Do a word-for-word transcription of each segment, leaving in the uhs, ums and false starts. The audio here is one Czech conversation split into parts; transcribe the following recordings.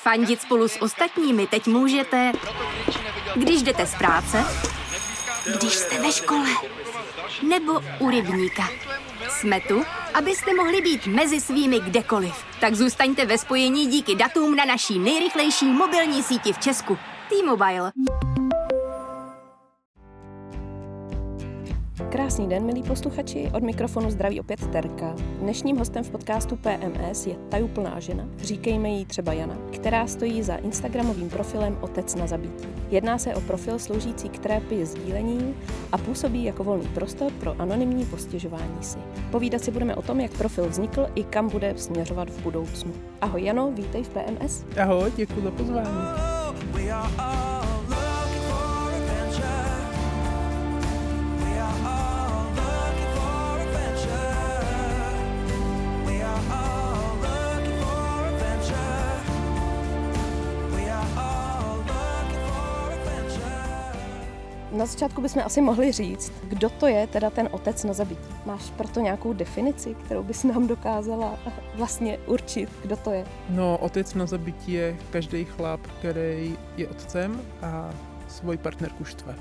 Fandit spolu s ostatními teď můžete, když jdete z práce, když jste ve škole, nebo u rybníka. Jsme tu, abyste mohli být mezi svými kdekoliv. Tak zůstaňte ve spojení díky datům na naší nejrychlejší mobilní síti v Česku. T-Mobile. Krásný den, milí posluchači, od mikrofonu zdraví opět Terka. Dnešním hostem v podcastu P M S je tajuplná žena, říkejme jí třeba Jana, která stojí za instagramovým profilem Otec na zabití. Jedná se o profil sloužící k terapii sdílení a působí jako volný prostor pro anonymní postěžování si. Povídat si budeme o tom, jak profil vznikl i kam bude směřovat v budoucnu. Ahoj Jano, vítej v P M S. Ahoj, děkuji za pozvání. Na začátku bychom asi mohli říct, kdo to je teda ten otec na zabití. Máš proto nějakou definici, kterou bys nám dokázala vlastně určit, kdo to je? No, otec na zabití je každý chlap, který je otcem a svoji partnerku štve.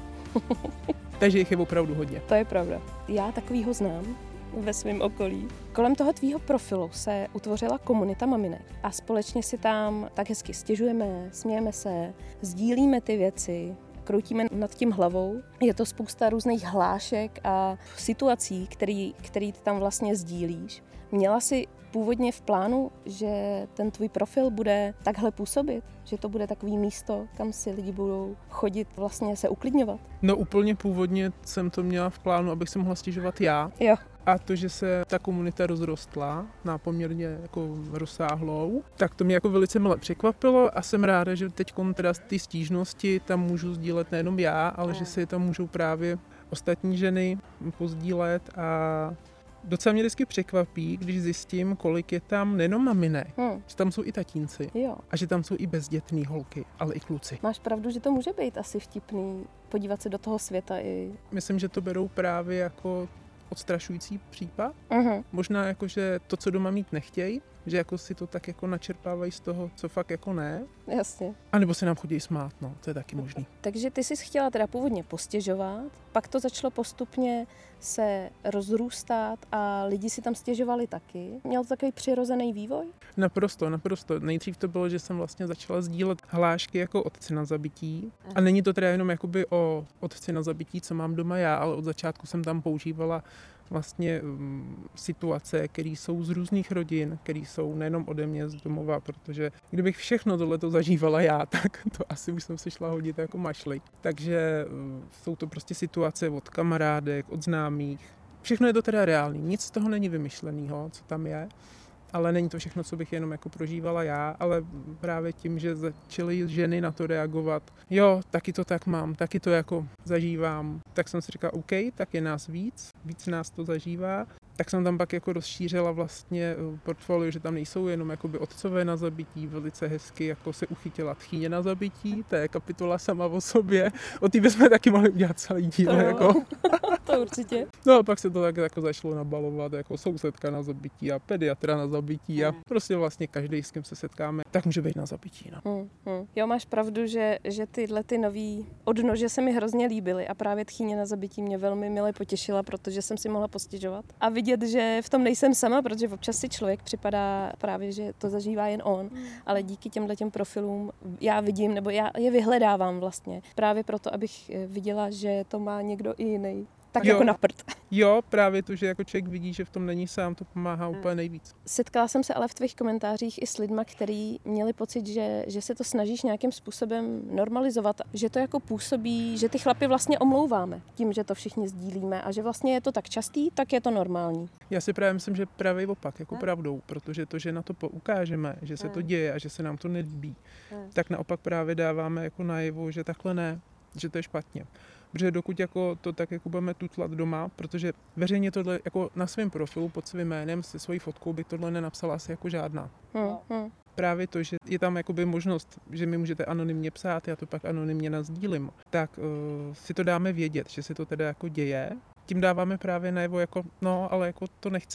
Takže jich je opravdu hodně. To je pravda. Já takovýho znám ve svém okolí. Kolem toho tvýho profilu se utvořila komunita maminek a společně si tam tak hezky stěžujeme, smějeme se, sdílíme ty věci, kroutíme nad tím hlavou. Je to spousta různých hlášek a situací, který, který ty tam vlastně sdílíš. Měla jsi původně v plánu, že ten tvůj profil bude takhle působit? Že to bude takový místo, kam si lidi budou chodit vlastně se uklidňovat? No úplně původně jsem to měla v plánu, abych se mohla stěžovat já. Jo. A to, že se ta komunita rozrostla na poměrně jako rozsáhlou, tak to mě jako velice mile překvapilo a jsem ráda, že teď teda ty stížnosti tam můžu sdílet nejenom já, ale mm. že si tam můžou právě ostatní ženy pozdílet a docela mě vždycky překvapí, když zjistím, kolik je tam nejenom maminek, hmm. že tam jsou i tatínci jo. a že tam jsou i bezdětný holky, ale i kluci. Máš pravdu, že to může být asi vtipný, podívat se do toho světa i... Myslím, že to berou právě jako odstrašující případ. Uh-huh. Možná jako, že to, co doma mít nechtějí, že jako si to tak jako načerpávají z toho, co fakt jako ne. Jasně. A nebo se nám chodí smát, no, to je taky možný. Takže ty jsi chtěla teda původně postěžovat, pak to začalo postupně se rozrůstat a lidi si tam stěžovali taky. Měl to takový přirozený vývoj? Naprosto, naprosto. Nejdřív to bylo, že jsem vlastně začala sdílet hlášky jako otci na zabití. A není to teda jenom jakoby o otci na zabití, co mám doma já, ale od začátku jsem tam používala vlastně um, situace, které jsou z různých rodin, které jsou nejenom ode mě z domova, protože kdybych všechno tohleto zažívala já, tak to asi už jsem si šla hodit jako mašlik. Takže um, jsou to prostě situace od kamarádek, od známých. Všechno je to teda reálný, nic z toho není vymyšlenýho, co tam je. Ale není to všechno, co bych jenom jako prožívala já, ale právě tím, že začaly ženy na to reagovat, jo, taky to tak mám, taky to jako zažívám, tak jsem si říkala, OK, tak je nás víc, víc nás to zažívá. Tak jsem tam pak jako rozšířila vlastně portfolio, že tam nejsou jenom jakoby otcové na zabití, velice hezky jako se uchytila tchýně na zabití, to je kapitola sama o sobě, o té bychom taky mohli udělat celý díl. To, jako. To určitě. No a pak se to tak jako začalo nabalovat, jako sousedka na zabití a pediatra na zabití a prostě vlastně každý, s kým se setkáme, tak může být na zabití. No. Hmm, hmm. Jo, máš pravdu, že, že tyhle ty nový odnože se mi hrozně líbily a právě tchýně na zabití mě velmi mile potěšila, protože jsem si mohla postěžovat a vidět, že v tom nejsem sama, protože občas si člověk připadá právě, že to zažívá jen on, hmm. ale díky těmhle těm profilům já vidím, nebo já je vyhledávám vlastně, právě proto, abych viděla, že to má někdo i jiný. Tak jo, jako na prd. Jo, právě to, že jako člověk vidí, že v tom není sám, to pomáhá hmm. úplně nejvíc. Setkala jsem se ale v tvých komentářích i s lidma, kteří měli pocit, že, že se to snažíš nějakým způsobem normalizovat, že to jako působí, že ty chlapy vlastně omlouváme tím, že to všichni sdílíme a že vlastně je to tak častý, tak je to normální. Já si právě myslím, že pravý opak, jako hmm. pravdou, protože to, že na to poukážeme, že se hmm. to děje a že se nám to nelíbí, hmm. tak naopak právě dáváme jako najevo, že takhle ne, že to je špatně. Protože dokud jako to tak jako budeme tutlat doma, protože veřejně tohle jako na svém profilu pod svým jménem se svojí fotkou bych tohle nenapsala asi jako žádná. Hmm, hmm. Právě to, že je tam jakoby možnost, že mi můžete anonymně psát, já to pak anonymně nasdílím, tak uh, si to dáme vědět, že se to teda jako děje. Tím dáváme právě najevo jako, no, ale jako to nechceme.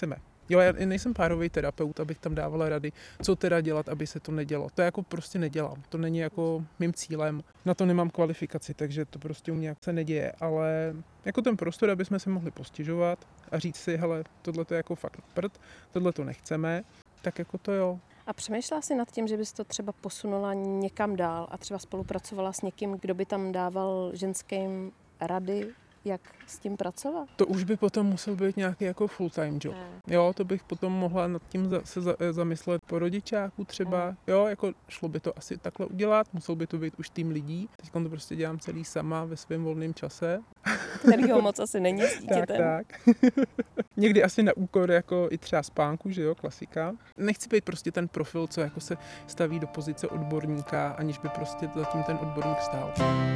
Jo, já nejsem párový terapeut, abych tam dávala rady, co teda dělat, aby se to nedělo. To jako prostě nedělám. To není jako mým cílem. Na to nemám kvalifikaci, takže to prostě u mě se neděje. Ale jako ten prostor, aby jsme se mohli postižovat a říct si, hele, tohle to je jako fakt prd, tohle to nechceme, tak jako to jo. A přemýšlela jsi nad tím, že bys to třeba posunula někam dál a třeba spolupracovala s někým, kdo by tam dával ženským rady, jak s tím pracovat? To už by potom musel být nějaký jako full-time job. Ne. Jo, to bych potom mohla nad tím za, se za, zamyslet po rodičáku třeba. Ne. Jo, jako šlo by to asi takhle udělat, musel by to být už tým lidí. Teď to prostě dělám celý sama ve svém volném čase. Kterýho moc asi není s dítětem. Tak, tak. Někdy asi na úkor jako i třeba spánku, že jo, klasika. Nechci být prostě ten profil, co jako se staví do pozice odborníka, aniž by prostě zatím ten odborník stál.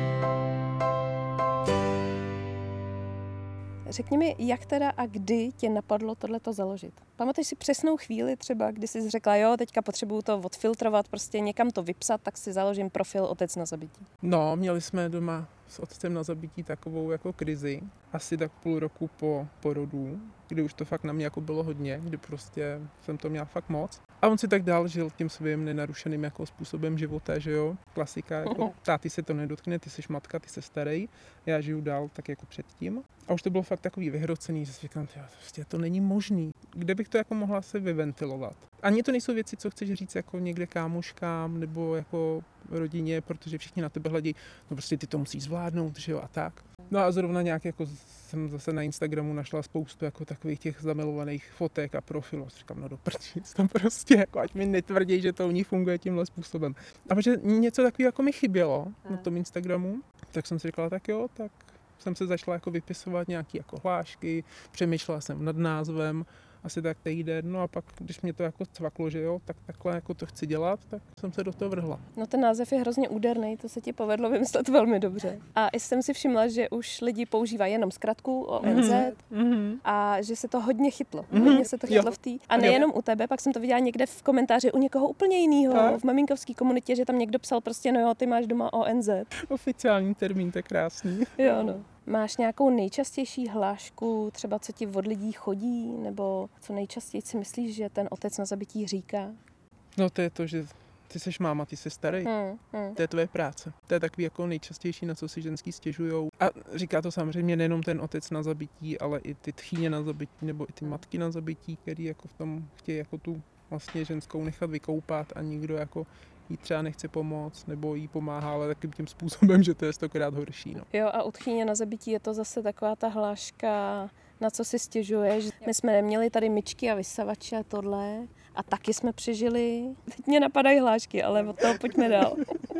Řekni mi, jak teda a kdy tě napadlo tohleto založit? Pamatuješ si přesnou chvíli třeba, kdy jsi řekla, jo, teďka potřebuju to odfiltrovat, prostě někam to vypsat, tak si založím profil Otec na zabití. No, měli jsme doma s otcem na zabití takovou jako krizi, asi tak půl roku po porodu, kdy už to fakt na mě jako bylo hodně, kdy prostě jsem to měla fakt moc. A on si tak dál žil tím svým nenarušeným jako způsobem života, že jo, klasika, jako táty se to nedotkne, ty jsi matka, ty jsi starý, já žiju dál tak jako předtím. A už to bylo fakt takový vyhrocený, že si říkám, prostě to není možný. Kde bych to jako mohla se vyventilovat? Ani to nejsou věci, co chceš říct jako někde kámoškám nebo jako rodině, protože všichni na tebe hledí, no prostě ty to musíš zvládnout, že jo, a tak. No a zrovna nějak jako jsem zase na Instagramu našla spoustu jako takových těch zamilovaných fotek a profilů. Říkám, no do prčic, tam prostě jako ať mi netvrdí, že to u nich funguje tímhle způsobem. A protože něco takového jako mi chybělo na tom Instagramu, tak jsem si říkala, tak jo, tak jsem se začala jako vypisovat nějaké jako hlášky, přemýšlela jsem nad názvem, asi tak týden, no a pak, když mě to jako cvaklo, že jo, tak takhle jako to chci dělat, tak jsem se do toho vrhla. No ten název je hrozně úderný, to se ti povedlo vymyslet velmi dobře. A i jsem si všimla, že už lidi používají jenom zkratku O N Z mm-hmm. a že se to hodně chytlo. Mm-hmm. Hodně se to chytlo jo. v té. A nejenom jo. u tebe, pak jsem to viděla někde v komentáři u někoho úplně jiného, v maminkovské komunitě, že tam někdo psal prostě, no jo, ty máš doma O N Z. Oficiální termín, to je krásný. Jo, no. Máš nějakou nejčastější hlášku, třeba co ti od lidí chodí, nebo co nejčastěji si myslíš, že ten otec na zabití říká? No to je to, že ty jsi máma, ty jsi starý. Hmm, hmm. To je tvoje práce. To je takový jako nejčastější, na co si ženský stěžujou. A říká to samozřejmě nejenom ten otec na zabití, ale i ty tchýně na zabití, nebo i ty matky na zabití, který jako v tom chtějí jako tu vlastně ženskou nechat vykoupat a nikdo jako jí třeba nechce pomoct, nebo jí pomáhá, ale takým tím způsobem, že to je stokrát horší. No. Jo, a u tchýně na zabití je to zase taková ta hláška, na co si stěžuješ. My jsme neměli tady myčky a vysavače a tohle a taky jsme přežili. Teď mě napadají hlášky, ale od toho pojďme dál.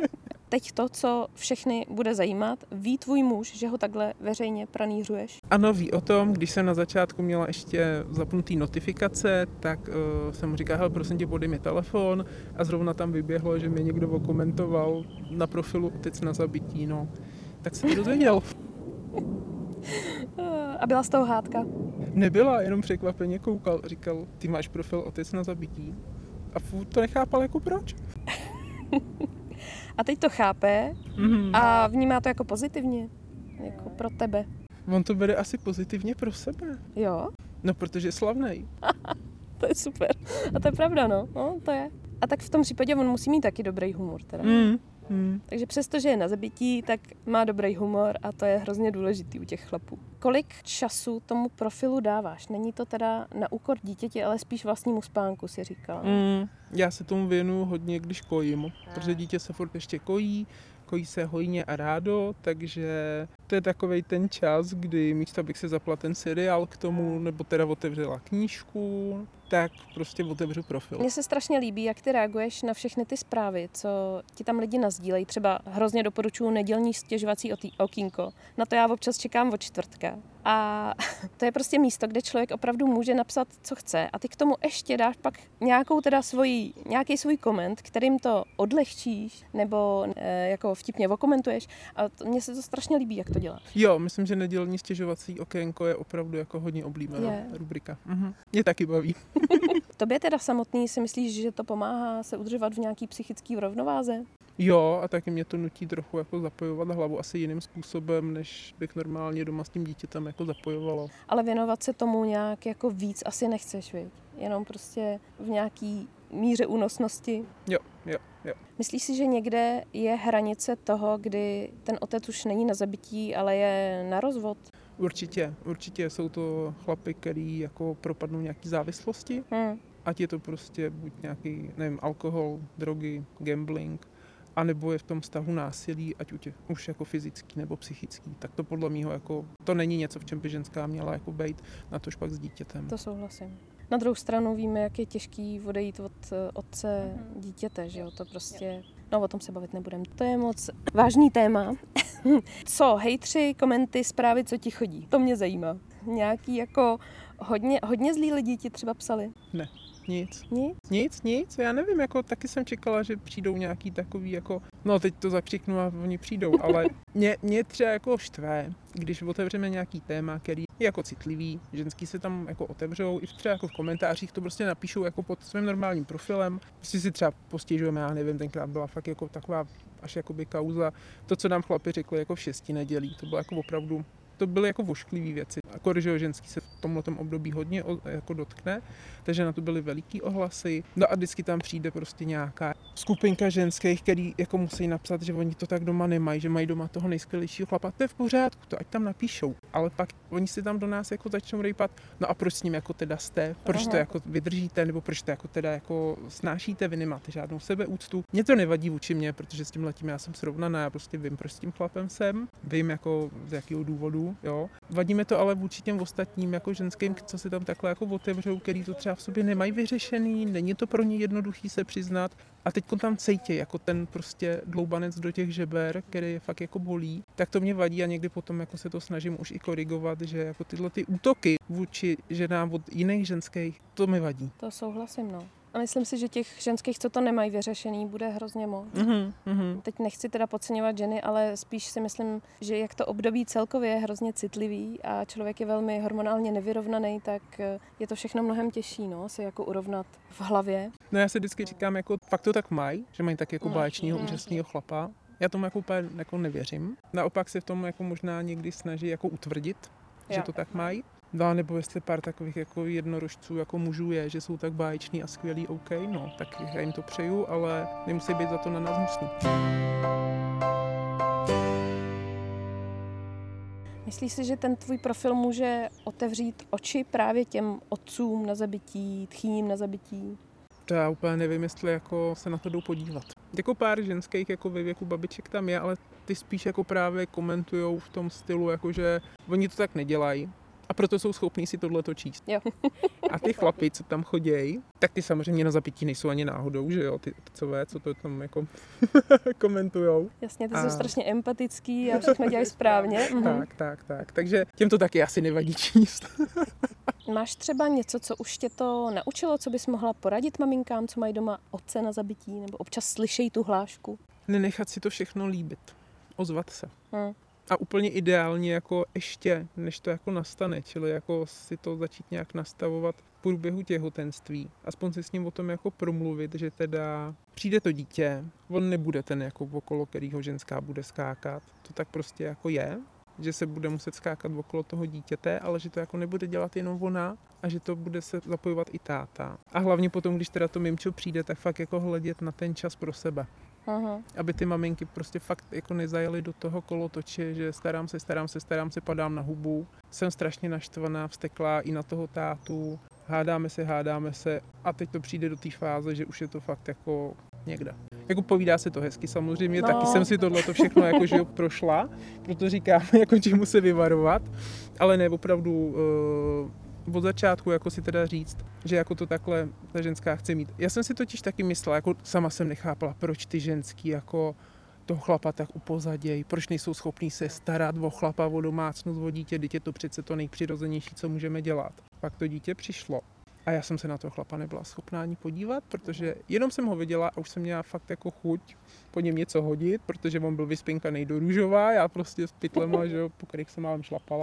Teď to, co všechny bude zajímat, ví tvůj muž, že ho takhle veřejně pranířuješ? Ano, ví o tom. Když jsem na začátku měla ještě zapnutý notifikace, tak uh, jsem mu říkal, hele, prosím tě, podej mi telefon a zrovna tam vyběhlo, že mě někdo okomentoval na profilu Otec na zabití, no. Tak se to dozvěděl. A byla z toho hádka? Nebyla, jenom překvapeně koukal. Říkal, ty máš profil Otec na zabití. A furt to nechápal jako proč. A teď to chápe mm-hmm. a vnímá to jako pozitivně, jako pro tebe. On to bere asi pozitivně pro sebe. Jo? No, protože je slavnej. To je super. A to je pravda, no. No, to je. A tak v tom případě on musí mít taky dobrý humor, teda. Mm. Hmm. Takže přesto, že je na zabití, tak má dobrý humor a to je hrozně důležitý u těch chlapů. Kolik času tomu profilu dáváš? Není to teda na úkor dítěti, ale spíš vlastnímu spánku, si říkala. Hmm. Já se tomu věnuju hodně, když kojím, protože dítě se furt ještě kojí, kojí se hojně a rádo, takže to je takovej ten čas, kdy místo abych se zapla ten seriál k tomu, nebo teda otevřela knížku, tak prostě otevřu profil. Mně se strašně líbí, jak ty reaguješ na všechny ty zprávy, co ti tam lidi nasdílejí. Třeba hrozně doporučuji nedělní stěžovací okýnko. Na to já občas čekám od čtvrtka. A to je prostě místo, kde člověk opravdu může napsat, co chce. A ty k tomu ještě dáš pak nějakou teda svoji, nějaký svůj koment, kterým to odlehčíš nebo e, jako vtipně okomentuješ. A to, mně se to strašně líbí, jak to děláš. Jo, myslím, že nedělní stěžovací okénko je opravdu jako hodně oblíbená je. rubrika. Mhm. Mě taky baví. Tobě teda samotný si myslíš, že to pomáhá se udržovat v nějaký psychický rovnováze? Jo, a taky mě to nutí trochu jako zapojovat hlavu asi jiným způsobem, než bych normálně doma s tím dítětem jako zapojovalo. Ale věnovat se tomu nějak jako víc asi nechceš, viď? Jenom prostě v nějaký míře únosnosti. Jo, jo, jo. Myslíš si, že někde je hranice toho, kdy ten otec už není na zabití, ale je na rozvod? Určitě, určitě jsou to chlapy, který jako propadnou nějaký závislosti. Hmm. Ať je to prostě buď nějaký, nevím, alkohol, drogy, gambling, anebo je v tom vztahu násilí, ať už, už jako fyzický nebo psychický. Tak to podle mého jako, to není něco, v čem by ženská měla jako bejt, na tož pak s dítětem. To souhlasím. Na druhou stranu víme, jak je těžký odejít od otce dítěte, že jo, to prostě, no o tom se bavit nebudeme. To je moc vážný téma. Co, hejtři, komenty, zprávy, co ti chodí? To mě zajímá. Nějaký jako hodně, hodně zlí lidi ti třeba psali? Ne. Nic. Nic? Nic, nic. Já nevím, jako taky jsem čekala, že přijdou nějaký takový jako, no teď to zakřiknu a oni přijdou, ale mě, mě třeba jako štve, když otevřeme nějaký téma, který je jako citlivý, ženský se tam jako otevřou, i třeba jako v komentářích to prostě napíšou jako pod svým normálním profilem, prostě si třeba postěžujeme, já nevím, tenkrát byla fakt jako taková až jakoby kauza, to, co nám chlapi řekli jako v šesti nedělí, to bylo jako opravdu, to byly jako vošklivý věci. Akor, že ženský se v tomhletom období hodně jako dotkne, takže na to byly veliký ohlasy. No a vždycky tam přijde prostě nějaká skupinka ženských, který jako musí napsat, že oni to tak doma nemají, že mají doma toho nejskvělejšího chlapa. To je v pořádku, to ať tam napíšou. Ale pak oni si tam do nás jako začnou rejpat, no a proč s ním jako teda jste, proč Aha. to jako vydržíte, nebo proč to jako teda jako snášíte, vy nemáte žádnou sebeúctu. Mně to nevadí vůči mě, protože s tím letím já jsem srovnaná, já prostě vím, proč s tím chlapem jsem, vím jako z jakého důvodu, jo. Vadí mi to ale vůči těm ostatním jako ženským, co si tam takhle jako otevřou, který to třeba v sobě nemají vyřešený, není to pro ně jednoduchý se přiznat a teď tam cítí jako ten prostě dloubanec do těch žeber, který je fakt jako bolí, tak to mě vadí a někdy potom jako se to snažím už i korigovat, že jako tyhle ty útoky vůči ženám od jiných ženských, to mi vadí. To souhlasím, no. A myslím si, že těch ženských, co to nemají vyřešený, bude hrozně moc. Mm-hmm, mm-hmm. Teď nechci teda podceňovat ženy, ale spíš si myslím, že jak to období celkově je hrozně citlivý a člověk je velmi hormonálně nevyrovnaný, tak je to všechno mnohem těžší, no, se jako urovnat v hlavě. No já si vždycky říkám, jako fakt to tak mají, že mají tak jako báječního, úžasného chlapa. Já tomu jako úplně jako nevěřím. Naopak se v tom jako možná někdy snaží jako utvrdit, že to tak mají. No, nebo jestli pár takových jako jednorožců jako mužů je, že jsou tak báječní a skvělí, OK, no, tak já jim to přeju, ale nemusí být za to na nás hnusný. Myslíš si, že ten tvůj profil může otevřít oči právě těm otcům na zabití, tchýním na zabití? To já úplně nevím, jestli jako se na to jdou podívat. Jako pár ženských jako ve věku babiček tam je, ale ty spíš jako právě komentujou v tom stylu, jakože oni to tak nedělají. A proto jsou schopní si tohleto číst. Jo. A ty chlapi, co tam chodějí, tak ty samozřejmě na zapití nejsou ani náhodou, že jo, ty otcové, co to tam jako komentujou. Jasně, ty a... jsou strašně empatický a všechno dělají správně. Tak, tak, tak. Takže těm to taky asi nevadí číst. Máš třeba něco, co už tě to naučilo, co bys mohla poradit maminkám, co mají doma otce na zabití, nebo občas slyšejí tu hlášku? Nenechat si to všechno líbit. Ozvat se. Hmm. A úplně ideálně jako ještě, než to jako nastane, čili jako si to začít nějak nastavovat v průběhu těhotenství. Aspoň si s ním o tom jako promluvit, že teda přijde to dítě, on nebude ten jako okolo, kterýho ženská bude skákat. To tak prostě jako je, že se bude muset skákat okolo toho dítěte, ale že to jako nebude dělat jenom ona a že to bude se zapojovat i táta. A hlavně potom, když teda to mimčo přijde, tak fakt jako hledět na ten čas pro sebe. Aha. Aby ty maminky prostě fakt jako nezajeli do toho kolotoče, že starám se, starám se, starám se, padám na hubu. Jsem strašně naštvaná, vzteklá i na toho tátu. Hádáme se, hádáme se a teď to přijde do té fáze, že už je to fakt jako někde. Jako povídá se to hezky samozřejmě, no. Taky jsem si tohleto všechno jako že prošla, proto říkám, jako čemu se vyvarovat, ale ne opravdu uh, od začátku jako si teda říct, že jako to takhle ta ženská chce mít. Já jsem si totiž taky myslela, jako sama jsem nechápala, proč ty ženský jako toho chlapa tak upozadějí, proč nejsou schopní se starat o chlapa, o domácnost, o dítě, dítě to přece to nejpřirozenější, co můžeme dělat. Pak to dítě přišlo a já jsem se na toho chlapa nebyla schopná ani podívat, protože jenom jsem ho viděla a už jsem měla fakt jako chuť po něm něco hodit, protože on byl vyspinkanej do růžová, já prostě s pytlema, že jo, po kterých jsem málem šlapala.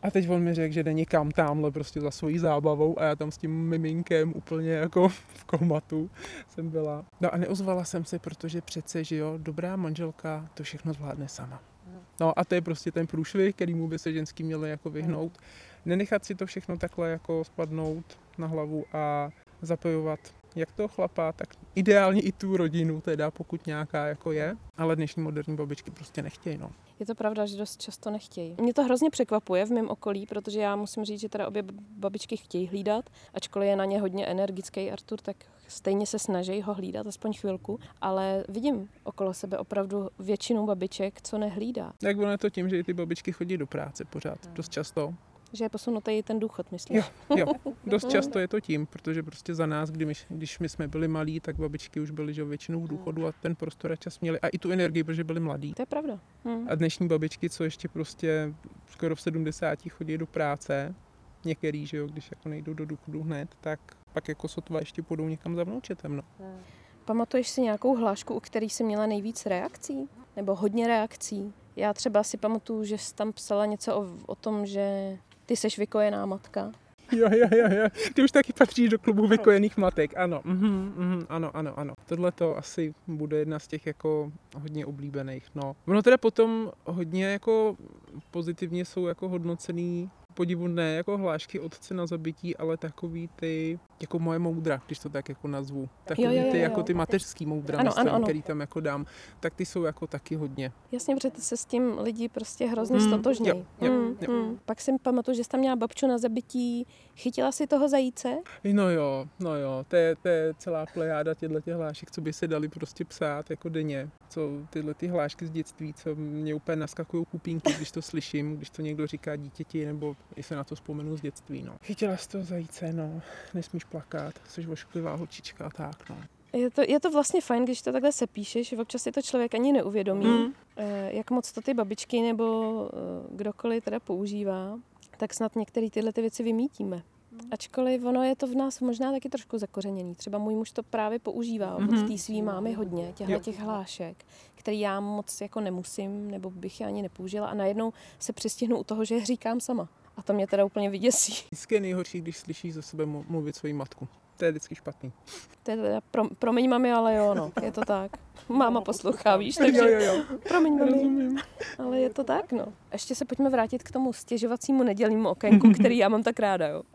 A teď on mi řekl, že jde někam tamhle prostě za svojí zábavou a já tam s tím miminkem úplně jako v komatu jsem byla. No a neozvala jsem se, protože přece, že jo, dobrá manželka to všechno zvládne sama. No a to je prostě ten průšvih, kterýmu by se ženský měli jako vyhnout. Nenechat si to všechno takhle jako spadnout na hlavu a zapojovat jak toho chlapa, tak ideálně i tu rodinu, teda pokud nějaká jako je, ale dnešní moderní babičky prostě nechtějí, no. Je to pravda, že dost často nechtějí. Mě to hrozně překvapuje v mém okolí, protože já musím říct, že teda obě babičky chtějí hlídat, ačkoliv je na ně hodně energický Artur, tak stejně se snaží ho hlídat aspoň chvilku, ale vidím okolo sebe opravdu většinu babiček, co nehlídá. Jak ono je to tím, že i ty babičky chodí do práce pořád, dost často. Že je posunutý ten důchod, myslíš? Jo, jo, dost často je to tím, protože prostě za nás, když my, když my jsme byli malí, tak babičky už byly že většinou v důchodu a ten prostor a čas měli a i tu energii, protože byli mladí. To je pravda. Hmm. A dnešní babičky, co ještě prostě skoro v sedmdesáti chodí do práce, některý, že jo, když jako nejdou do důchodu hned, tak pak jako sotva ještě půjdou někam za vnoučetem, no. Hmm. Pamatuješ si nějakou hlášku, u který jsi měla nejvíc reakcí? Nebo hodně reakcí? Já třeba si pamatuju, že jsi tam psala něco o, o tom, že ty seš vykojená matka. Jo, jo, jo, jo. Ty už taky patříš do klubu vykojených matek, ano. Mhm, mhm, ano, ano, ano. Tohle to asi bude jedna z těch jako hodně oblíbených, no. Ono teda potom hodně jako pozitivně jsou jako hodnocený podivuhodné jako hlášky otce na zabití, ale takový ty, jako moje moudra, když to tak jako nazvu. Takový jo, jo, jo, ty jo. jako ty mateřský moudra, ano, myslím, ano, ano. který tam jako dám, tak ty jsou jako taky hodně. Jasně, protože se s tím lidi prostě hrozně Mm, stotožnějí. jo, jo, mm, jo. mm. Pak si pamatuju, že jsi tam měla babču na zabití. Chytila si toho zajíce? No jo, no jo, to je, to je celá plejáda těchto těch hlášek, co by se dali prostě psát jako denně. Co tyhle ty hlášky z dětství, co mě úplně naskakují pupínky, když to slyším, když to někdo říká dítěti, nebo se na to vzpomenu z dětství, no. Chytila jsi toho zajíce, no, nesmíš plakat, jsi ošklivá holčička, tak, no. Je to, je to vlastně fajn, když to takhle sepíšeš, občas si to člověk ani neuvědomí, Mm. jak moc to ty babičky nebo kdokoliv teda používá, tak snad některé tyhle ty věci vymítíme. Ačkoliv ono je to v nás možná taky trošku zakořeněný. Třeba můj muž to právě používá Mm-hmm. od té svý mámy hodně, těchto Jo. těch hlášek, který já moc jako nemusím, nebo bych je ani nepoužila a najednou se přistihnu u toho, že je říkám sama. A to mě teda úplně vyděsí. Vždycky je nejhorší, když slyšíš za sebe mluvit svoji matku. To je vždycky špatný. To je teda, pro, promiň mami, ale jo, no, je to tak. Máma poslouchá, víš, takže Jo, jo, jo. promiň mami, Rozumím. ale je to tak, no. Ještě se pojďme vrátit k tomu stěžovacímu nedělnímu okénku, který já mám tak ráda, jo.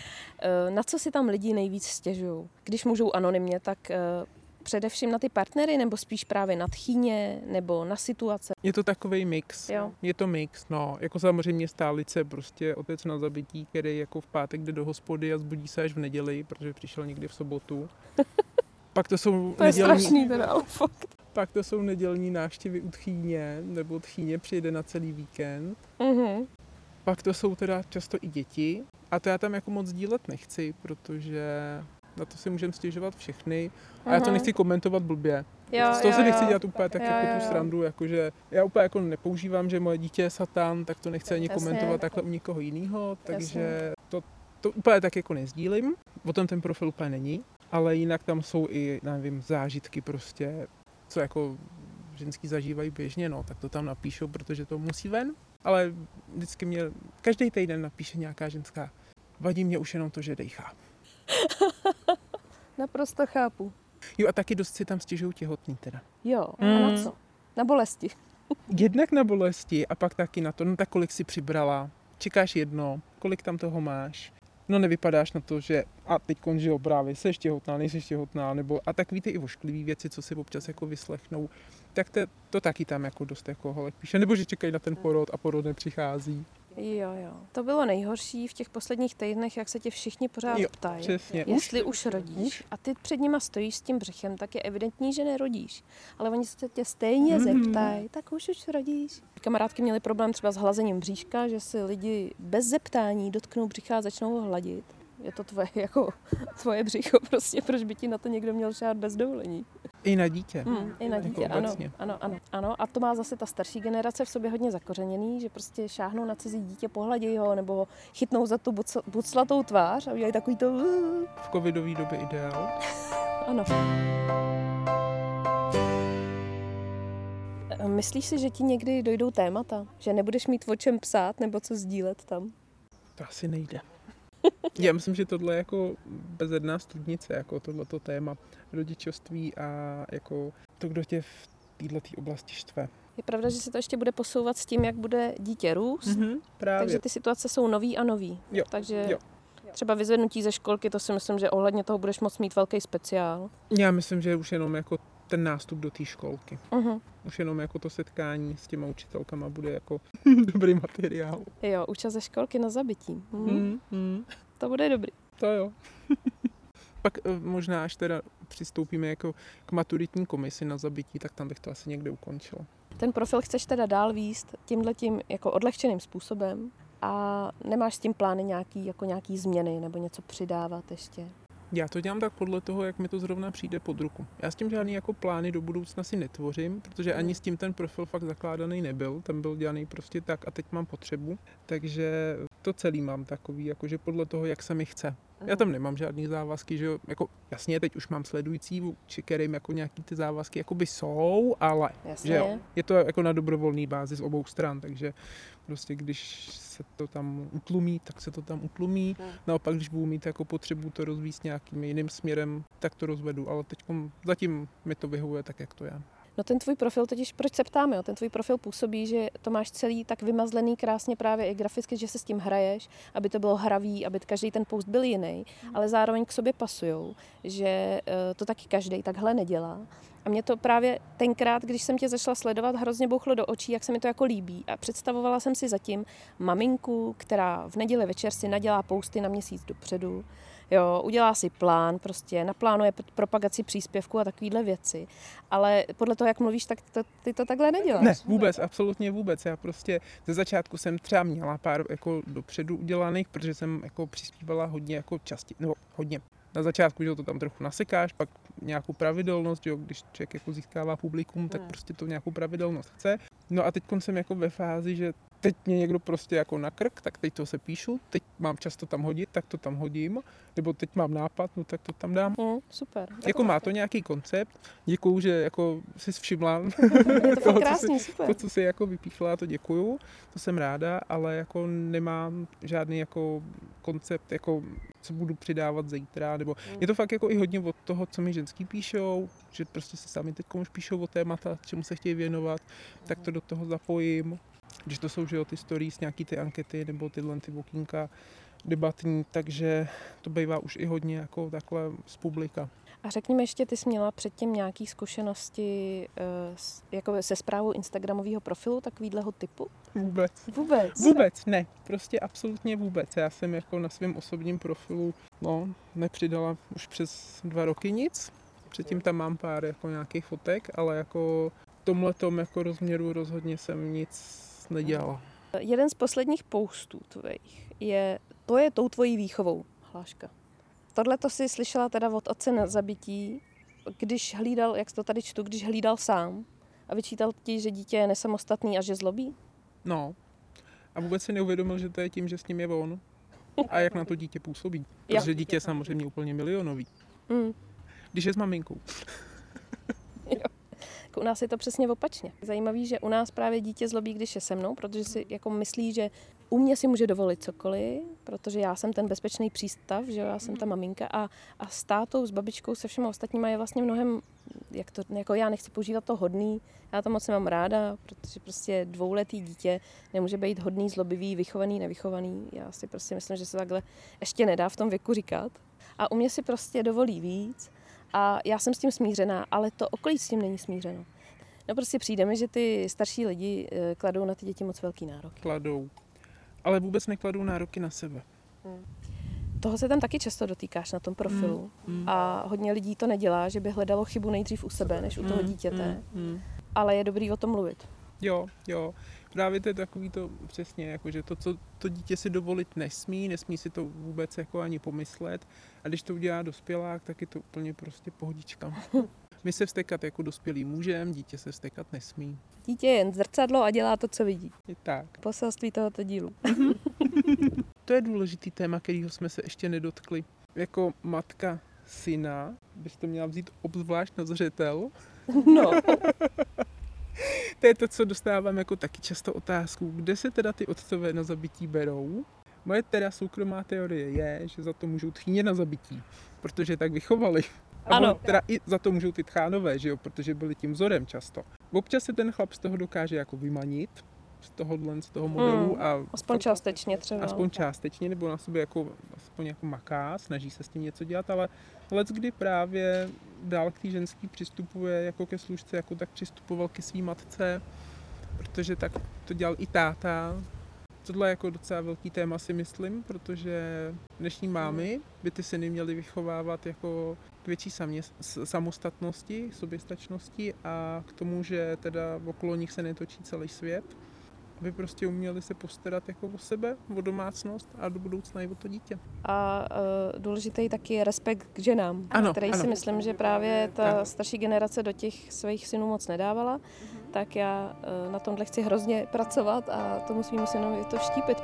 Na co si tam lidi nejvíc stěžují? Když můžou anonymně, tak především na ty partnery, nebo spíš právě na tchýně, nebo na situace? Je to takovej mix. Jo. Je to mix, no. Jako samozřejmě stálice, prostě otec na zabití, který jako v pátek jde do hospody a zbudí se až v neděli, protože přišel někdy v sobotu. Pak to jsou To je nedělní, strašný teda, ale fakt. Pak to jsou nedělní návštěvy u tchýně, nebo tchýně přijde na celý víkend. Mhm. Pak to jsou teda často i děti. A to já tam jako moc dílet nechci, protože na to si můžeme stěžovat všechny. A já to Aha. nechci komentovat blbě. Jo, Z toho jo, se nechci jo. dělat úplně tak Jo, jako jo, tu jo. srandu, jakože já úplně jako nepoužívám, že moje dítě je satán, tak to nechci ani Jasně. komentovat takhle u někoho jiného, takže Jasně. to, to úplně tak jako nezdílím. O tom ten profil úplně není, ale jinak tam jsou i, nevím, zážitky prostě, co jako ženský zažívají běžně, no, tak to tam napíšou, protože to musí ven, ale vždycky mě, každý týden napíše nějaká ženská, vadí mě už jenom to, že dejchá. Naprosto chápu. Jo a taky dost si tam stěžují těhotný teda. Jo, a Mm. na co? Na bolesti. Jednak na bolesti a pak taky na to, no tak kolik si přibrala, čekáš jedno, kolik tam toho máš. No nevypadáš na to, že a teď že jo, právě jsi těhotná, nejsi těhotná, nebo a takový ty i ošklivý věci, co si občas jako vyslechnou, tak to, to taky tam jako dost jako holek píše, nebo že čekají na ten porod a porod nepřichází. Jo, jo. To bylo nejhorší v těch posledních týdnech, jak se tě všichni pořád Jo, ptají. přesně. Jestli už, už rodíš už. a ty před nima stojíš s tím břichem, tak je evidentní, že nerodíš. Ale oni se tě stejně Mhm. zeptají, tak už už rodíš. Kamarádky měly problém třeba s hlazením bříška, že si lidi bez zeptání dotknou břicha a začnou ho hladit. Je to tvoje, jako, tvoje břicho prostě, proč by ti na to někdo měl šát bez dovolení? I na dítě. Hmm, I na Jako dítě, ano, obecně. ano, ano, ano. A to má zase ta starší generace v sobě hodně zakořeněný, že prostě šáhnou na cizí dítě, pohladí ho, nebo ho chytnou za tu bucl, buclatou tvář a udělají takový to... V covidové době ideál. Ano. Myslíš si, že ti někdy dojdou témata? Že nebudeš mít o čem psát nebo co sdílet tam? To asi nejde. Já myslím, že tohle je jako bezedná studnice, jako tohleto téma rodičovství a jako to, kdo tě v této oblasti štve. Je pravda, že se to ještě bude posouvat s tím, jak bude dítě růst, Mm-hmm, právě. takže ty situace jsou nový a nový. Jo, takže jo. třeba vyzvednutí ze školky, to si myslím, že ohledně toho budeš moct mít velký speciál. Já myslím, že už jenom jako ten nástup do té školky. Uh-huh. Už jenom jako to setkání s těma učitelkama bude jako dobrý materiál. Jo, účast ze školky na zabití. Hmm. Mm, mm. To bude dobrý. To jo. Pak možná, až teda přistoupíme jako k maturitní komisi na zabití, tak tam bych to asi někde ukončila. Ten profil chceš teda dál víst tímhletím jako odlehčeným způsobem a nemáš s tím plány nějaký, jako nějaký změny nebo něco přidávat ještě? Já to dělám tak podle toho, jak mi to zrovna přijde pod ruku. Já s tím žádný jako plány do budoucna si netvořím, protože ani s tím ten profil fakt zakládaný nebyl. Ten byl dělaný prostě tak a teď mám potřebu. Takže to celý mám takový, jakože podle toho, jak se mi chce. Já tam nemám žádný závazky, že jo, jako jasně, teď už mám sledující, vůči kterým jako nějaký ty závazky jakoby jsou, ale Jasně. že jo, je to jako na dobrovolný bázi z obou stran, takže prostě když se to tam utlumí, tak se to tam utlumí. Hmm. Naopak, když budu mít jako potřebu to rozvíjet nějakým jiným směrem, tak to rozvedu, ale teď zatím mi to vyhovuje tak, jak to je. No ten tvůj profil, totiž proč se ptáme, jo? Ten tvůj profil působí, že to máš celý tak vymazlený krásně právě i graficky, že se s tím hraješ, aby to bylo hravý, aby každý ten post byl jiný, ale zároveň k sobě pasujou, že uh, to taky každý takhle nedělá. A mě to právě tenkrát, když jsem tě začala sledovat, hrozně bouchlo do očí, jak se mi to jako líbí. A představovala jsem si zatím maminku, která v neděli večer si nadělá posty na měsíc dopředu, jo, udělá si plán, prostě naplánuje propagaci příspěvku a takovýhle věci. Ale podle toho, jak mluvíš, tak to, ty to takhle neděláš. Ne, vůbec, absolutně vůbec. Já prostě ze začátku jsem třeba měla pár jako dopředu udělaných, protože jsem jako přispívala hodně jako častěji, nebo hodně. Na začátku, že to tam trochu nasekáš, pak nějakou pravidelnost, že jo, když člověk jako získává publikum, tak prostě to nějakou pravidelnost chce. No a teď jsem jako ve fázi, že teď mě někdo prostě jako na krk, tak teď to se píšu, teď mám čas to tam hodit, tak to tam hodím, nebo teď mám nápad, no tak to tam dám. Mm, super. Jako má to nějaký koncept, děkuju, že jako jsi všimla je to toho, krásný, co si, super. to, co si jako vypíchla, to děkuju, to jsem ráda, ale jako nemám žádný jako koncept, jako co budu přidávat zítra, nebo mm. je to fakt jako i hodně od toho, co mi ženský píšou, že prostě si sami teď už píšou o témata, čemu se chtějí věnovat, mm. tak to do toho zapojím. Když to jsou, že jo, ty stories, nějaký ty ankety nebo tyhle ty okýnka debatní, takže to bývá už i hodně jako takhle z publika. A řekni mi ještě, ty jsi měla předtím nějaké zkušenosti uh, s, jako se správou instagramového profilu takovýhleho typu? Vůbec. Vůbec? Vůbec, ne. Prostě absolutně vůbec. Já jsem jako na svém osobním profilu no, nepřidala už přes dva roky nic. Předtím tam mám pár jako nějakých fotek, ale jako v tomhletom jako rozměru rozhodně jsem nic nedělala. Jeden z posledních postů tvojich je, to je tou tvojí výchovou, Hláška. Tohle to si slyšela teda od otce na zabití, když hlídal, jak to tady čtu, když hlídal sám a vyčítal ti, že dítě je nesamostatný a že zlobí? No. A vůbec si neuvědomil, že to je tím, že s ním je on. A jak na to dítě působí. Protože dítě je samozřejmě úplně milionový. Mm. Když je s maminkou. U nás je to přesně opačně. Zajímavý, že u nás právě dítě zlobí, když je se mnou, protože si jako myslí, že u mě si může dovolit cokoliv, protože já jsem ten bezpečný přístav, že jo, já jsem ta maminka a, a s tátou, s babičkou, se všema ostatníma je vlastně mnohem, jak to, jako já nechci používat to hodný, já to moc nemám ráda, protože prostě dvouletý dítě nemůže být hodný, zlobivý, vychovaný, nevychovaný. Já si prostě myslím, že se takhle ještě nedá v tom věku říkat. A u mě si prostě dovolí víc. A já jsem s tím smířená, ale to okolí s tím není smířeno. No prostě přijde mi, že ty starší lidi kladou na ty děti moc velký nároky. Kladou. Ale vůbec nekladou nároky na sebe. Hmm. Toho se tam taky často dotýkáš na tom profilu. Hmm. A hodně lidí to nedělá, že by hledalo chybu nejdřív u sebe, než u toho dítěte. Hmm. Ale je dobrý o tom mluvit. Jo, jo. Právě to je takový to přesně, jako, že to, co to dítě si dovolit nesmí, nesmí si to vůbec jako ani pomyslet. A když to udělá dospělák, tak je to úplně prostě pohodička. My se vztekat jako dospělí můžeme, dítě se vztekat nesmí. Dítě je jen zrcadlo a dělá to, co vidí. Je tak. Poselství tohoto dílu. To je důležitý téma, kterýho jsme se ještě nedotkli. Jako matka syna byste měla vzít obzvlášť na zřetel. No. To je to, co dostávám jako taky často otázku. Kde se teda ty otcové na zabití berou? Moje teda soukromá teorie je, že za to můžou tchýně na zabití, protože tak vychovali. A ano. teda i za to můžou ty tchánové, že jo, protože byli tím vzorem často. Občas se ten chlap z toho dokáže jako vymanit, z tohohle, z toho modelu. Hmm, a aspoň částečně třeba. Aspoň částečně, nebo na sobě jako, aspoň jako maká, snaží se s tím něco dělat, ale let kdy právě dál k té ženský přistupuje jako ke služce, jako tak přistupoval ke svý matce, protože tak to dělal i táta. Tohle je jako docela velký téma, si myslím, protože dnešní mámy by ty syny měly vychovávat jako k větší samostatnosti, soběstačnosti a k tomu, že teda okolo nich se netočí celý svět, aby prostě uměli se postarat jako o sebe, o domácnost a do budoucna i o to dítě. A uh, důležitý taky je respekt k ženám, ano, který ano. si myslím, že právě ta ano. starší generace do těch svých synů moc nedávala, mm-hmm. tak já uh, na tomhle chci hrozně pracovat a tomu svýmu synovi to vštípit.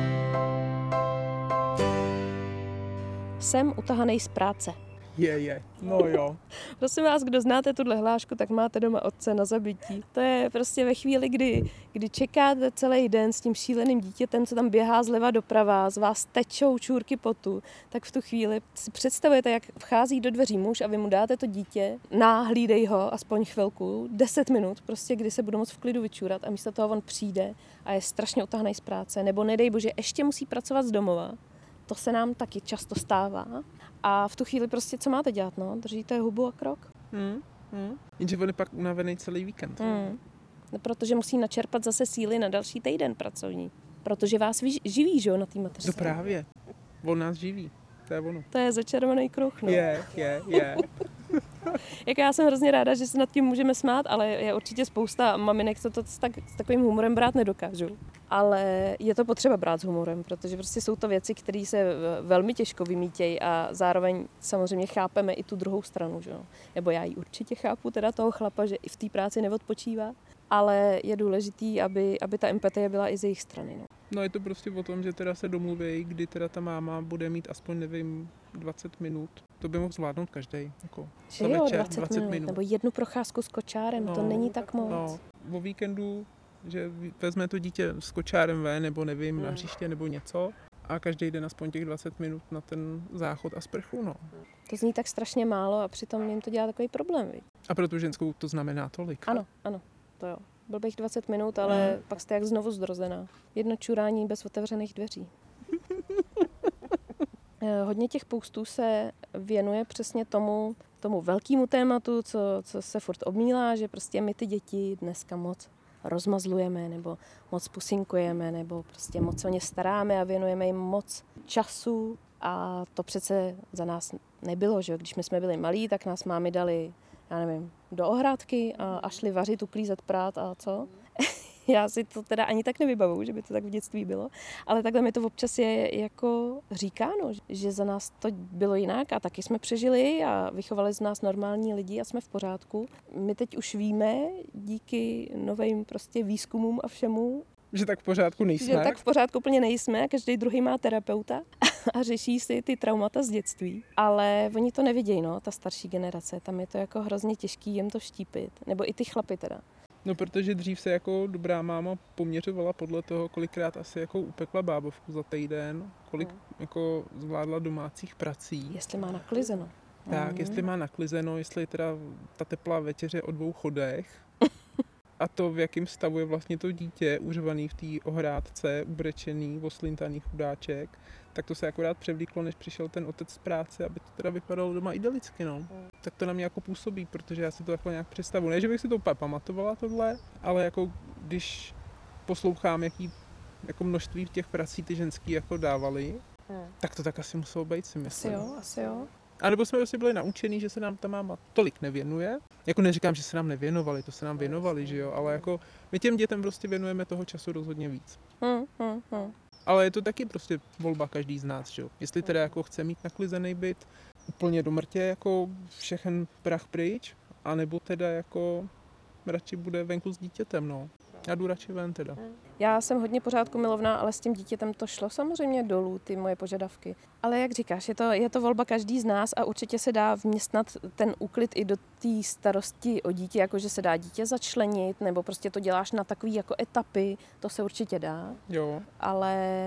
Jsem utahanej z práce. Je, je, no jo. Prosím vás, kdo znáte tuhle hlášku, tak máte doma otce na zabití. To je prostě ve chvíli, kdy, kdy čekáte celý den s tím šíleným dítětem, co tam běhá zleva doprava, z vás tečou čůrky potu, tak v tu chvíli si představujete, jak vchází do dveří muž a vy mu dáte to dítě, náhlídej ho aspoň chvilku, deset minut, prostě kdy se budu moct v klidu vyčůrat a místo toho on přijde a je strašně utahanej z práce, nebo nedej bože, ještě musí pracovat z domova. To se nám taky často stává. A v tu chvíli prostě co máte dělat, no? Držíte hubu a krok? Hmm, hmm. Jenže on je pak unavený celý víkend. Hmm. No, protože musí načerpat zase síly na další týden pracovní. Protože vás vyž- živí, že jo, na té mateřské. No právě. On nás živí. To je ono. To je začarovaný kruh, no. Je, je, je. Jak já jsem hrozně ráda, že se nad tím můžeme smát, ale je určitě spousta maminek, co to s, tak, s takovým humorem brát nedokážou. Ale je to potřeba brát s humorem, protože prostě jsou to věci, které se velmi těžko vymítějí a zároveň samozřejmě chápeme i tu druhou stranu, že jo. Nebo já ji určitě chápu, teda toho chlapa, že i v té práci neodpočívá, ale je důležitý, aby, aby ta empatie byla i z jejich strany, no. No je to prostě o tom, že teda se domluví, kdy teda ta máma bude mít aspoň, nevím, dvacet minut. To by mohl zvládnout každej. Jako že jo, večer, dvacet, dvacet minut, minut. Nebo jednu procházku s kočárem, no, to není tak moc. No, o víkendu, že vezme to dítě s kočárem ven, nebo nevím, hmm. na hřiště, nebo něco. A každý den aspoň těch dvacet minut na ten záchod a sprchu, no. To zní tak strašně málo a přitom jim to dělá takový problém, viď? A pro tu ženskou to znamená tolik. Ano, ano, to jo. Byl bych dvacet minut, ale hmm. pak jste jak znovu zrozená. Jedno čurání bez otevřených dveří. Hodně těch postů se věnuje přesně tomu, tomu velkému tématu, co, co se furt obmílá, že prostě my ty děti dneska moc rozmazlujeme, nebo moc pusinkujeme, nebo prostě moc o ně staráme a věnujeme jim moc času a to přece za nás nebylo, že když my jsme byli malí, tak nás mámy dali, já nevím, do ohrádky a, a šli vařit, uklízet, prát a co? Já si to teda ani tak nevybavuju, že by to tak v dětství bylo, ale takhle mi to občas je jako říkáno, že za nás to bylo jinak a taky jsme přežili a vychovali z nás normální lidi a jsme v pořádku. My teď už víme, díky novým prostě výzkumům a všemu, že tak v pořádku nejsme. Že tak v pořádku úplně nejsme, každý druhý má terapeuta a řeší si ty traumata z dětství. Ale oni to nevidějí, no, ta starší generace, tam je to jako hrozně těžký jim to štípit, nebo i ty chlapy teda. No, protože dřív se jako dobrá máma poměřovala podle toho, kolikrát asi jako upekla bábovku za týden, kolik hmm. jako zvládla domácích prací. Jestli má naklizeno. Tak, hmm. jestli má naklizeno, jestli je teda ta teplá večeře o dvou chodech. A to, v jakém stavu je vlastně to dítě, uřvaný v té ohrádce, ubrečený, oslintaný chudáček, tak to se akorát převlíklo, než přišel ten otec z práce, aby to teda vypadalo doma idylicky, no. Mm. Tak to na mě jako působí, protože já si to takhle nějak představuji. Ne, že bych si to úplně pamatovala tohle, ale jako když poslouchám, jaký jako množství těch prací ty ženský jako dávali, mm. tak to tak asi muselo být, si myslím. Asi jo, asi jo. A nebo jsme vlastně byli naučení, že se nám ta máma tolik nevěnuje. Jako neříkám, že se nám nevěnovali, to se nám věnovali, že jo, ale jako my těm dětem prostě věnujeme toho času rozhodně víc. Hmm, hmm, hmm. Ale je to taky prostě volba každý z nás, že jo. Jestli teda jako chce mít naklizený byt úplně do mrtě, jako všechen prach pryč, anebo teda jako radši bude venku s dítětem, no. Já jdu radši ven teda. Já jsem hodně pořádku milovná, ale s tím dítětem to šlo samozřejmě dolů, ty moje požadavky. Ale jak říkáš, je to, je to volba každý z nás a určitě se dá vměstnat ten úklid i do té starosti o dítě, jakože se dá dítě začlenit, nebo prostě to děláš na takový jako etapy, to se určitě dá. Jo. Ale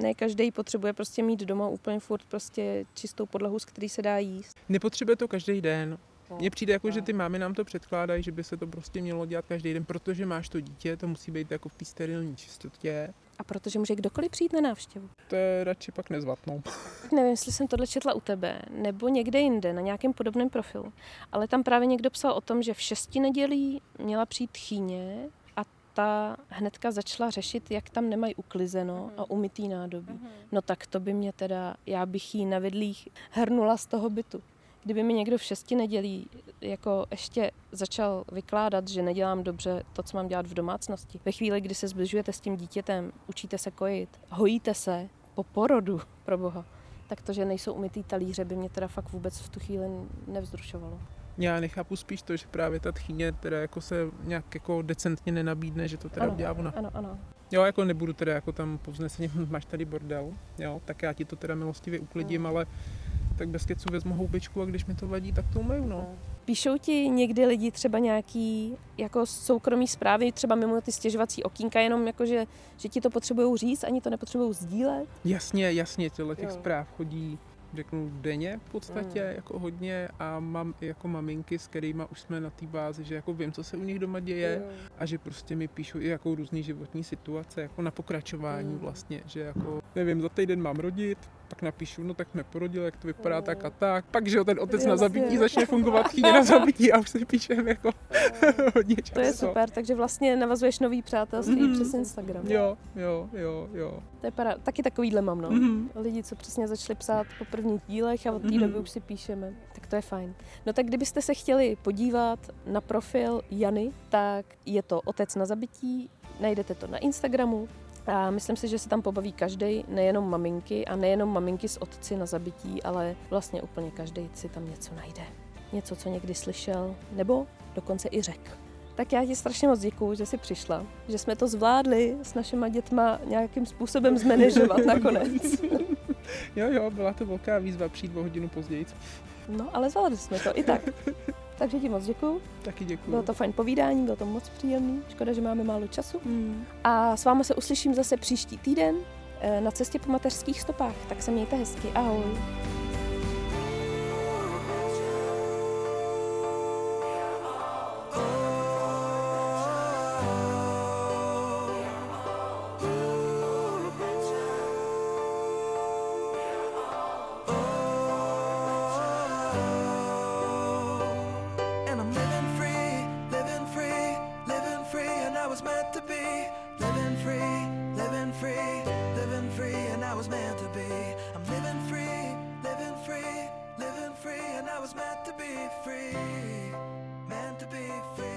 Ne každý potřebuje prostě mít doma úplně furt prostě čistou podlahu, z který se dá jíst. Nepotřebuje to každý den. Mně přijde jako, že ty mámy nám to předkládají, že by se to prostě mělo dělat každý den, protože máš to dítě, to musí být jako v té sterilní čistotě. A protože může kdokoliv přijít na návštěvu. To je radši pak nezvatnou. Nevím, jestli jsem tohle četla u tebe, nebo někde jinde, na nějakém podobném profilu. Ale tam právě někdo psal o tom, že v šesti nedělí měla přijít chýně a ta hnedka začala řešit, jak tam nemají uklizeno a umytý nádobí. No tak to by mě teda, já bych jí na vidlích hrnula z toho bytu. Kdyby mi někdo v šesti nedělí jako ještě začal vykládat, že nedělám dobře to, co mám dělat v domácnosti. Ve chvíli, kdy se zbližujete s tím dítětem, učíte se kojit, hojíte se po porodu, pro boha, tak to, že nejsou umytý talíře, by mě teda fakt vůbec v tu chvíli nevzrušovalo. Já nechápu spíš to, že právě ta tchýně teda jako se nějak jako decentně nenabídne, že to teda ano, udělá ona. Ano, ano. Jo, jako nebudu teda jako tam povzneseně, máš tady bordel, jo, tak já ti to teda milostivě uklidím, ale tak bez kecu vezmu houbičku a když mi to vadí, tak to umyju, no. Píšou ti někdy lidi třeba nějaký jako soukromý zprávy, třeba mimo ty stěžovací okýnka, jenom jako, že, že ti to potřebujou říct, ani to nepotřebujou sdílet? Jasně, jasně, těchto těch Jo. zpráv chodí, řeknu, denně v podstatě, mm. jako hodně a mám i jako maminky, s kterýma už jsme na té bázi, že jako vím, co se u nich doma děje Jo. a že prostě mi píšou i jako různý životní situace, jako na pokračování Mm. vlastně, že jako, nevím, za týden mám rodit, pak napíšu, no tak neporodil, jak to vypadá Mm. tak a tak, pak, že jo, ten otec Jasně. na zabití začne fungovat, chýně na zabití a už si píšem jako hodně často. To je super, takže vlastně navazuješ nový přátelství Mhm. přes Instagram. Jo, jo, jo, jo. To je para... Taky takovýhle mám, no. Mhm. Lidi, co přesně začali psát po prvních dílech a od té Mhm. doby už si píšeme, tak to je fajn. No tak kdybyste se chtěli podívat na profil Jany, tak je to Otec na zabití, najdete to na Instagramu a myslím si, že se tam pobaví každej, nejenom maminky a nejenom maminky s otci na zabití, ale vlastně úplně každej si tam něco najde. Něco, co někdy slyšel, nebo dokonce i řekl. Tak já ti strašně moc děkuju, že jsi přišla, že jsme to zvládli s našima dětma nějakým způsobem zmanéžovat nakonec. Jo, jo, byla to velká výzva přijít o hodinu později. No, ale zvládli jsme to i tak. Takže ti moc děkuju. Taky děkuju. Bylo to fajn povídání, bylo to moc příjemný. Škoda, že máme málo času. Mm. A s vámi se uslyším zase příští týden eh, na cestě po mateřských stopách. Tak se mějte hezky. Ahoj. And I'm living free, living free, living free, and I was meant to be living free, living free, living free, and I was meant to be. I'm living free, living free, living free, and I was meant to be free, meant to be free.